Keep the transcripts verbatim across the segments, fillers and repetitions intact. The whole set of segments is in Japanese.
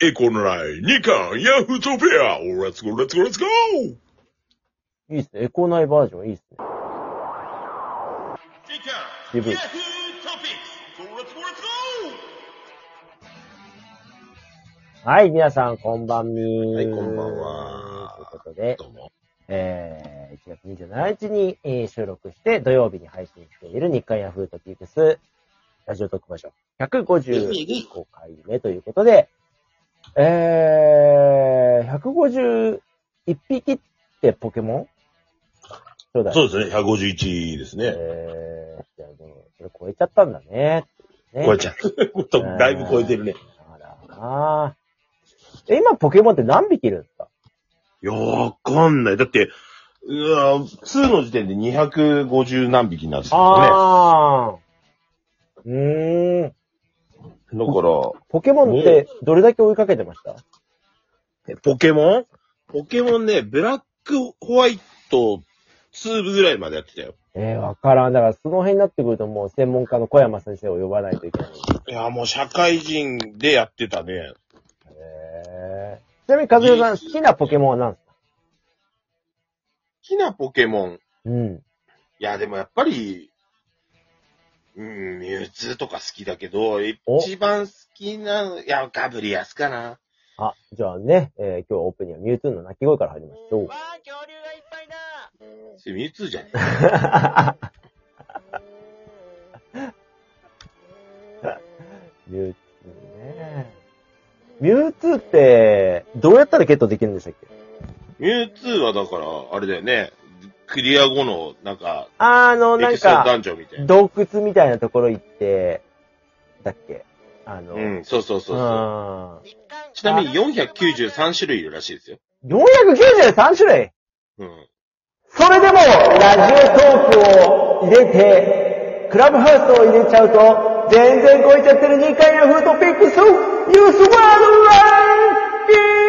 エコのないにかんヤフートピア。レッツゴーレッツゴーレッツゴー。 いいっすね。エコ内バージョンいいっすね。渋い。 ヤフートピックス。レッツゴーレッツゴー。 はい、皆さん、こんばんみー。 はい、こんばんは。 ということで、 どうも。 えー、いちがつにじゅうしちにちに、えー、収録して、土曜日に配信している日刊ヤフートピックス、ラジオ特番賞、ひゃくごじゅうごかいめということで、えー、ひゃくごじゅういっぴきってポケモンそうだそうですね、ひゃくごじゅういちですね。 えー、じゃあでも、それ超えちゃったんだね。ね超えちゃった。だいぶ超えてるね。 あらなぁ。え、今ポケモンって何匹いるんですか？ いや、わかんない。だって、うわ、にの時点でにひゃくごじゅう何匹になってたんですよね。 あー。うーん。 だから、 ポケモンってどれだけ追いかけてました？ ポケモンポケモンね、ブラックホワイトに部ぐらいまでやってたよ。 えー、わからん。だからその辺になってくるともう専門家の小山先生を呼ばないといけない。 いや、もう社会人でやってたね。 へー。ちなみに和代さん、好きなポケモンは何ですか？ 好きなポケモン。 うん。 いや、でもやっぱり、うん、ミュウツーとか好きだけど、一番好きなの、いや、ガブリアスかな。 あ、じゃあね、えー、今日オープニングはミュウツーの鳴き声から入りましょう。 わー、恐竜がいっぱいだ。 それミュウツーじゃねミュウツーね。ミュウツーって、どうやったらゲットできるんでしたっけ？ ミュウツーはだから、あれだよね。クリア後の、なんか、 あの、なんエクストラダか、 ンジョンみたいな。 洞窟みたいなところ行って、だっけ？あの、 うん、そうそうそうそう。 日刊ちなみによんひゃくきゅうじゅうさん種類いるらしいですよ。 よんひゃくきゅうじゅうさん種類？ うん。 それでも、ラジオトークを入れて、クラブハウスを入れちゃうと、全然超えちゃってる日刊ヤフートピックス、ニュースワードランキング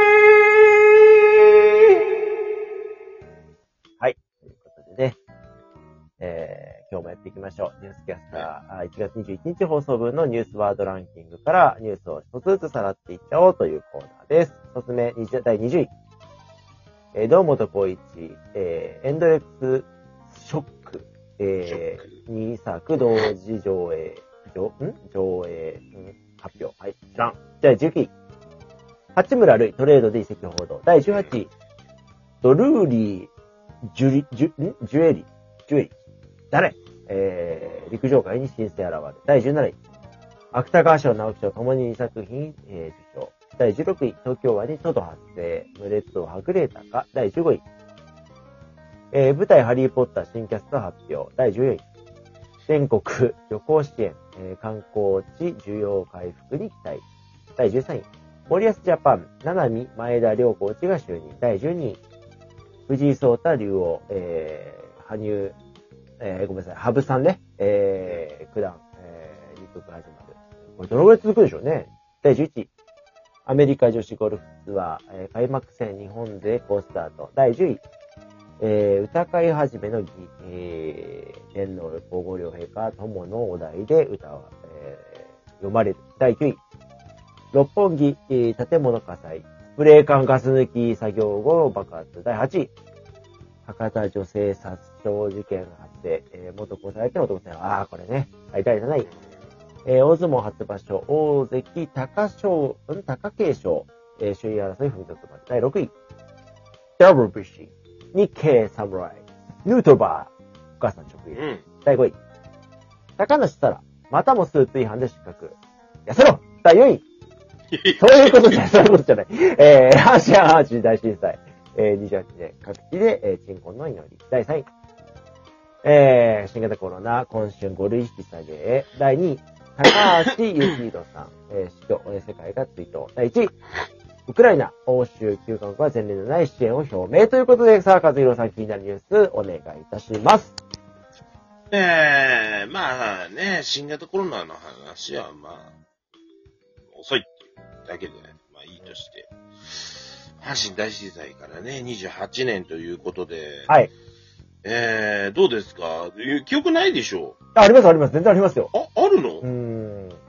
はい。ということでね、えー、今日もやっていきましょう。ニュースキャスター、いちがつにじゅういちにち放送分のニュースワードランキングからニュースを一つずつさらっていっちゃおうというコーナーです。一つ目、だいにじゅうい。えー、堂本光一、えー、エンドレックスショック、えー、にさく同時上映、上、ん上映、ん発表。はい、知らん。じゃあじゅうきゅうい。八村塁、トレードで移籍報道。だいじゅうはちい。ドルーリー、ジュリ、ジュ、んジュエリ、ジュエリ。誰？えー、陸上界に新星現る。だいじゅうなない。芥川賞、直木賞ともににさく品、えー、受賞。だいじゅうろくい、東京湾にトド発生。無列島はぐれたか。だいじゅうごい、えー、舞台ハリーポッター新キャスト発表。だいじゅうよんい、全国旅行支援、えー、観光地需要回復に期待。だいじゅうさんい、森保ジャパン、七海前田両コーチが就任。だいじゅうにい、藤井聡太竜王、えー、羽生、えー、ごめんなさい、羽生さんね、えー、九段、えー、陸が始まる。これどのぐらい続くでしょうね。だいじゅういちい、アメリカ女子ゴルフツアー、えー、開幕戦日本勢好スタート。だいじゅうい、えー、歌会始めの儀、えー、天皇皇后両陛下友のお題で歌を、えー、読まれる。だいきゅうい、六本木、えー、建物火災、スプレー缶ガス抜き作業後爆発。だいはちい、博多女性殺傷事件発生、えー、元交際相手の男性。あー、これね。はい、だいなない。えー、大相撲初場所、大関、高賞、ん貴景勝、えー、首位争い踏みとどまる。だいろくい、ダブルビーシー、日系侍、ヌートバー、お母さん直撃。うん、だいごい、高梨沙羅、またもスーツ違反で失格。痩せろ。だいよんい、そういうことじゃない、そういうことじゃない。えー、阪神阪神大震災、えー、にじゅうはちねん、各地で、えー、鎮魂の祈り。だいさんい、えー、新型コロナ、今春ご類引き下げへ。だいにい、高橋幸宏さん、えー、死去、世界が追悼。だいいちい、ウクライナ、欧州きゅうカ国は前例のない支援を表明ということで、さあ、和弘さん気になるニュース、お願いいたします。 えー、まあね、新型コロナの話は、まあ、遅いっていうだけで、まあいいとして。阪神大震災からね、にじゅうはちねんということで、 はい。 えー、どうですか？記憶ないでしょう？ あ、あります、あります。全然ありますよ。 あ、あるの？ うーん。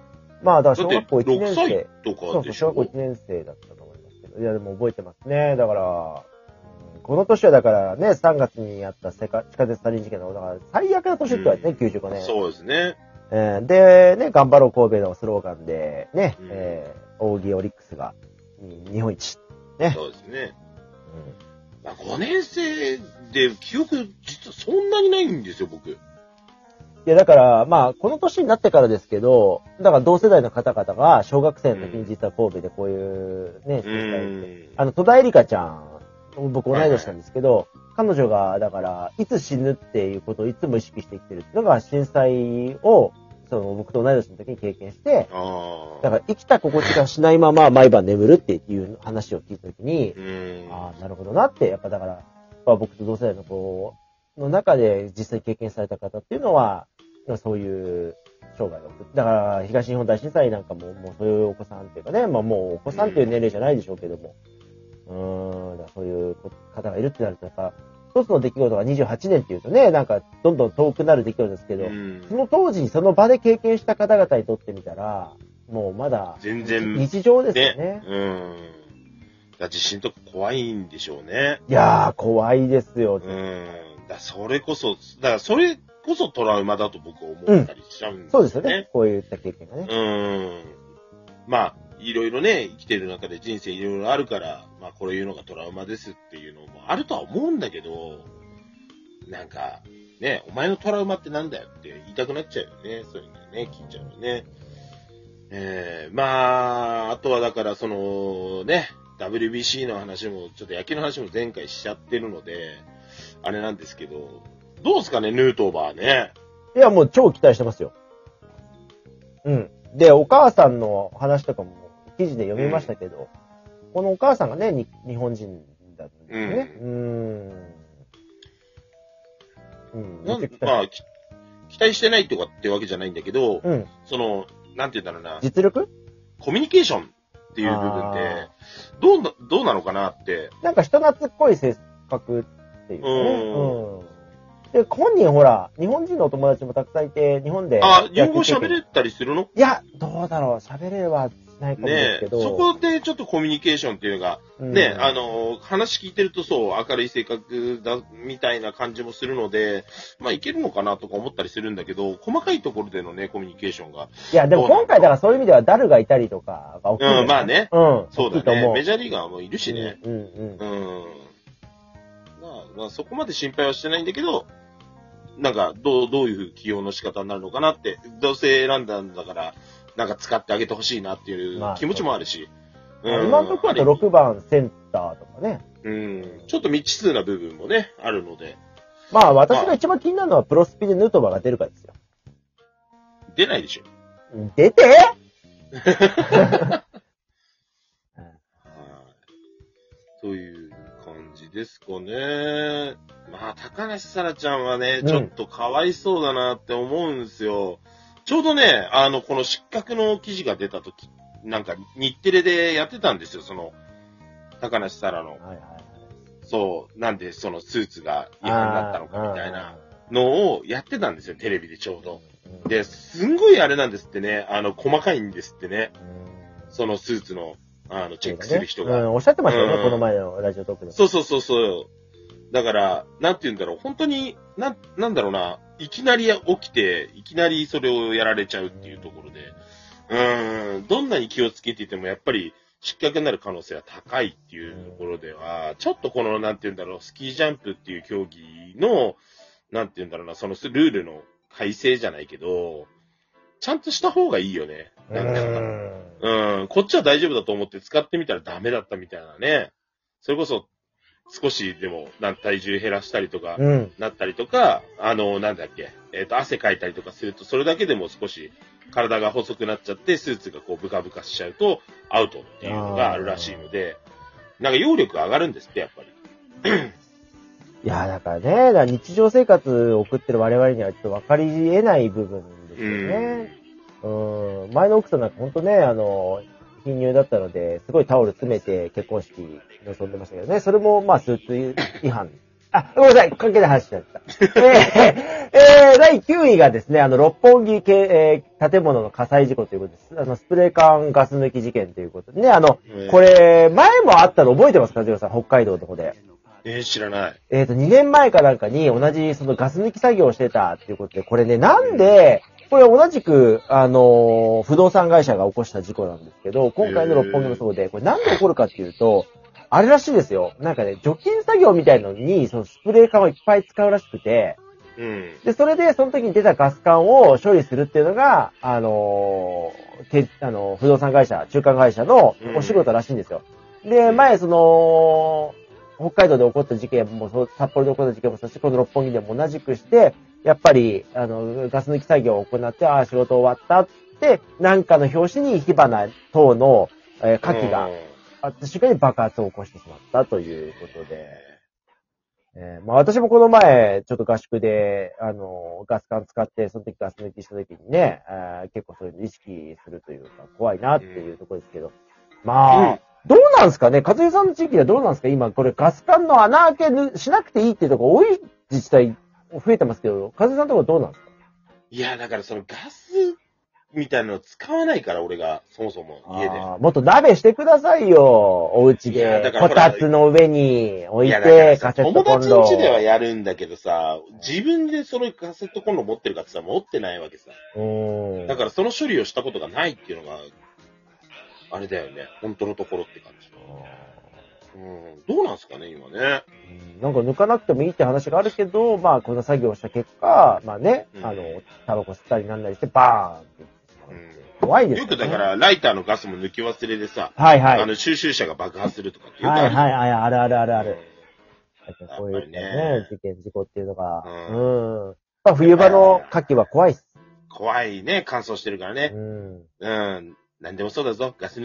まあ、だから小学校いちねんだって生。 ろくさいとかそうそう、 でしょ。 小学校いちねん生だったと思いますけど。いや、でも覚えてますね。だから、うんこの年はだからね、さんがつにあった世界地下鉄サリン事件の、だから最悪な年って言われてね、 うんきゅうじゅうごねん。 そうですね。 えーで、ね、頑張ろう神戸のスローガンで、ね、 うんえー、オーギーオリックスが、うん日本一。ね。 そうですね。 うんまあ、ごねん生で記憶実はそんなにないんですよ、僕。 いや、だから、まあ、この年になってからですけど、だから同世代の方々が小学生の時に実は神戸でこういうね、 う震災でん。 あの、戸田恵梨香ちゃん、僕同い年なんですけど、彼女が、だから、いつ死ぬっていうことをいつも意識してきてるっていうのが、震災を、その、僕と同い年の時に経験して、 ああ。 だから、生きた心地がしないまま毎晩眠るっていう話を聞いた時に、 うん。 ああ、なるほどなって、やっぱだから、まあ、僕と同世代の子の中で実際経験された方っていうのは、そういう生涯を送って、だから東日本大震災なんかも、もうそういうお子さんっていうかね、まあもうお子さんっていう年齢じゃないでしょうけども、うーん、だからそういう方がいるってなると、やっぱ、一つの出来事がにじゅうはちねんっていうとね、なんかどんどん遠くなる出来事ですけど、 うんその当時、その場で経験した方々にとってみたら、もうまだ、 全然日常ですよね。 ね。うん。だ地震とか怖いんでしょうね。 いやー、怖いですよ。 うん。だそれこそ、だからそれこそトラウマだと僕は思ったりしちゃうんですよね。 そうですよね。こういった経験がね。 うん。まあ、いろいろね、生きてる中で人生いろいろあるから、まあこういうのがトラウマですっていうのもあるとは思うんだけど、なんか、ね、お前のトラウマってなんだよって言いたくなっちゃうよね。そういうのね、聞いちゃうとね。えー、まあ、あとはだからその、ね、ダブリュービーシー の話も、ちょっと野球の話も前回しちゃってるので、あれなんですけど、どうですかね、ヌートバーね。 いや、もう超期待してますよ。うん。で、お母さんの話とかも記事で読みましたけど、うん、このお母さんがね、に日本人だったんですよね。うーん。うん。 なんまあ、期待してないとかってわけじゃないんだけど、 うん。 その、なんて言うんだろうな。 実力コミュニケーションっていう部分で、どうな、どうなのかなって。 なんか人懐っこい性格っていうかね。うん。で、本人ほら、日本人のお友達もたくさんいて、日本で。 あ、日本語喋れたりするの？ いや、どうだろう。喋れはしないかもですけど。 ねそこでちょっとコミュニケーションっていうのが、うん、ね、あの、話聞いてるとそう、明るい性格だ、みたいな感じもするので、まあいけるのかなとか思ったりするんだけど、細かいところでのね、コミュニケーションが。 いや、でも今回だからそういう意味ではダルがいたりとかが大きい、ね。 うん、まあね。 うん。 そうだね。メジャーリーガーもいるしね。 うん、うん、うん。 うん。まあ、まあそこまで心配はしてないんだけど、なんか、どう、どういう起用の仕方になるのかなって、どうせ選んだんだから、なんか使ってあげてほしいなっていう気持ちもあるし。 まあ、うん、今のところだとろくばんセンターとかね。 うん。ちょっと未知数な部分もね、あるので。 まあ、私が一番気になるのはプロスピでヌートバーが出るかですよ。 出ないでしょ。 出てはい。という感じですかね。まあ、高梨沙羅ちゃんはね、ちょっとかわいそうだなって思うんですよ。うん、ちょうどね、あの、この失格の記事が出たとき、なんか日テレでやってたんですよ、その、高梨沙羅の。はいはいはい、そう、なんでそのスーツが違反だったのかみたいなのをやってたんですよ、テレビでちょうど。で、すんごいあれなんですってね、あの、細かいんですってね。そのスーツの、あの、チェックする人が。 うん、おっしゃってましたよね、うん、この前のラジオトークで。 そうそうそうそう。だから、なんて言うんだろう、本当に、なん、なんだろうな、いきなり起きて、いきなりそれをやられちゃうっていうところで、うーん、どんなに気をつけていても、やっぱり失格になる可能性は高いっていうところでは、ちょっとこの、なんて言うんだろう、スキージャンプっていう競技の、なんて言うんだろうな、そのルールの改正じゃないけど、ちゃんとした方がいいよね。なんだろうな。うん、こっちは大丈夫だと思って使ってみたらダメだったみたいなね。それこそ、少しでも、体重減らしたりとか、うん、なったりとか、あの、なんだっけ、えっと、汗かいたりとかすると、それだけでも少し体が細くなっちゃって、スーツがこう、ブカブカしちゃうと、アウトっていうのがあるらしいので、なんか、揚力が上がるんですって、やっぱり。 いや、だからね、だから日常生活を送ってる我々にはちょっと分かり得ない部分ですよね。うん、うん前の奥さんなんか本当ね、あの、貧乳だったので、すごいタオル詰めて結婚式臨んでましたけどね。それも、まあ、スーツ違反あ、ごめんなさい、関係ない話しちゃった。えー、えー、だいきゅういがですね、あの、六本木系、えー、建物の火災事故ということです。あの、スプレー缶ガス抜き事件ということでね、あの、これ、前もあったの覚えてますか、ジローさん、北海道のとこで。 えー、知らない。 えっと、にねんまえかなんかに同じそのガス抜き作業をしてたっていうことで、これね、なんで、これ同じく、あのー、不動産会社が起こした事故なんですけど、今回の六本木もそうで、これなんで起こるかっていうと、あれらしいですよ。なんかね、除菌作業みたいのに、そのスプレー缶をいっぱい使うらしくて、 うん。 で、それで、その時に出たガス管を処理するっていうのが、あのー、けあの、不動産会社、中間会社のお仕事らしいんですよ。で、前、その、北海道で起こった事件もそう、札幌で起こった事件もそうし、この六本木でも同じくして、やっぱり、あの、ガス抜き作業を行って、ああ、仕事終わったって、なんかの拍子に火花等の、えー、火器があった瞬間に爆発を起こしてしまったということで、えー、まあ私もこの前、ちょっと合宿で、あの、ガス管使って、その時ガス抜きした時にね、えー、結構そういうの意識するというか、怖いなっていうところですけど、まあ、うんどうなんですかね、和代さんの地域ではどうなんですか今、これガス管の穴開けしなくていいっていうところ多い自治体増えてますけど、和代さんのところどうなんですかいや、だからそのガスみたいなの使わないから、俺が、そもそも家で。 もっと鍋してくださいよ、お家で。こたつの上に置いて、カセットコンロ。 友達ん家ではやるんだけどさ、自分でそのカセットコンロ持ってるかってさ、持ってないわけさ。だからその処理をしたことがないっていうのが、あれだよね。本当のところって感じ。うん、どうなんすかね、今ね。 うん。なんか抜かなくてもいいって話があるけど、まあ、この作業をした結果、まあね、うん、あの、タバコ吸ったりなんだりして、バーンって。うん、怖いですよね。よくだから、ライターのガスも抜き忘れでさ、 はいはい。 あの、収集車が爆発するとかっていうか、 はいはいはい、あるあるあるある。うん、こういうね、ね事件、事故っていうのが、うん。うん、まあ、冬場の夏季は怖いっす。 怖いね、乾燥してるからね。うん。うん。何でもそうだぞ、ガス抜き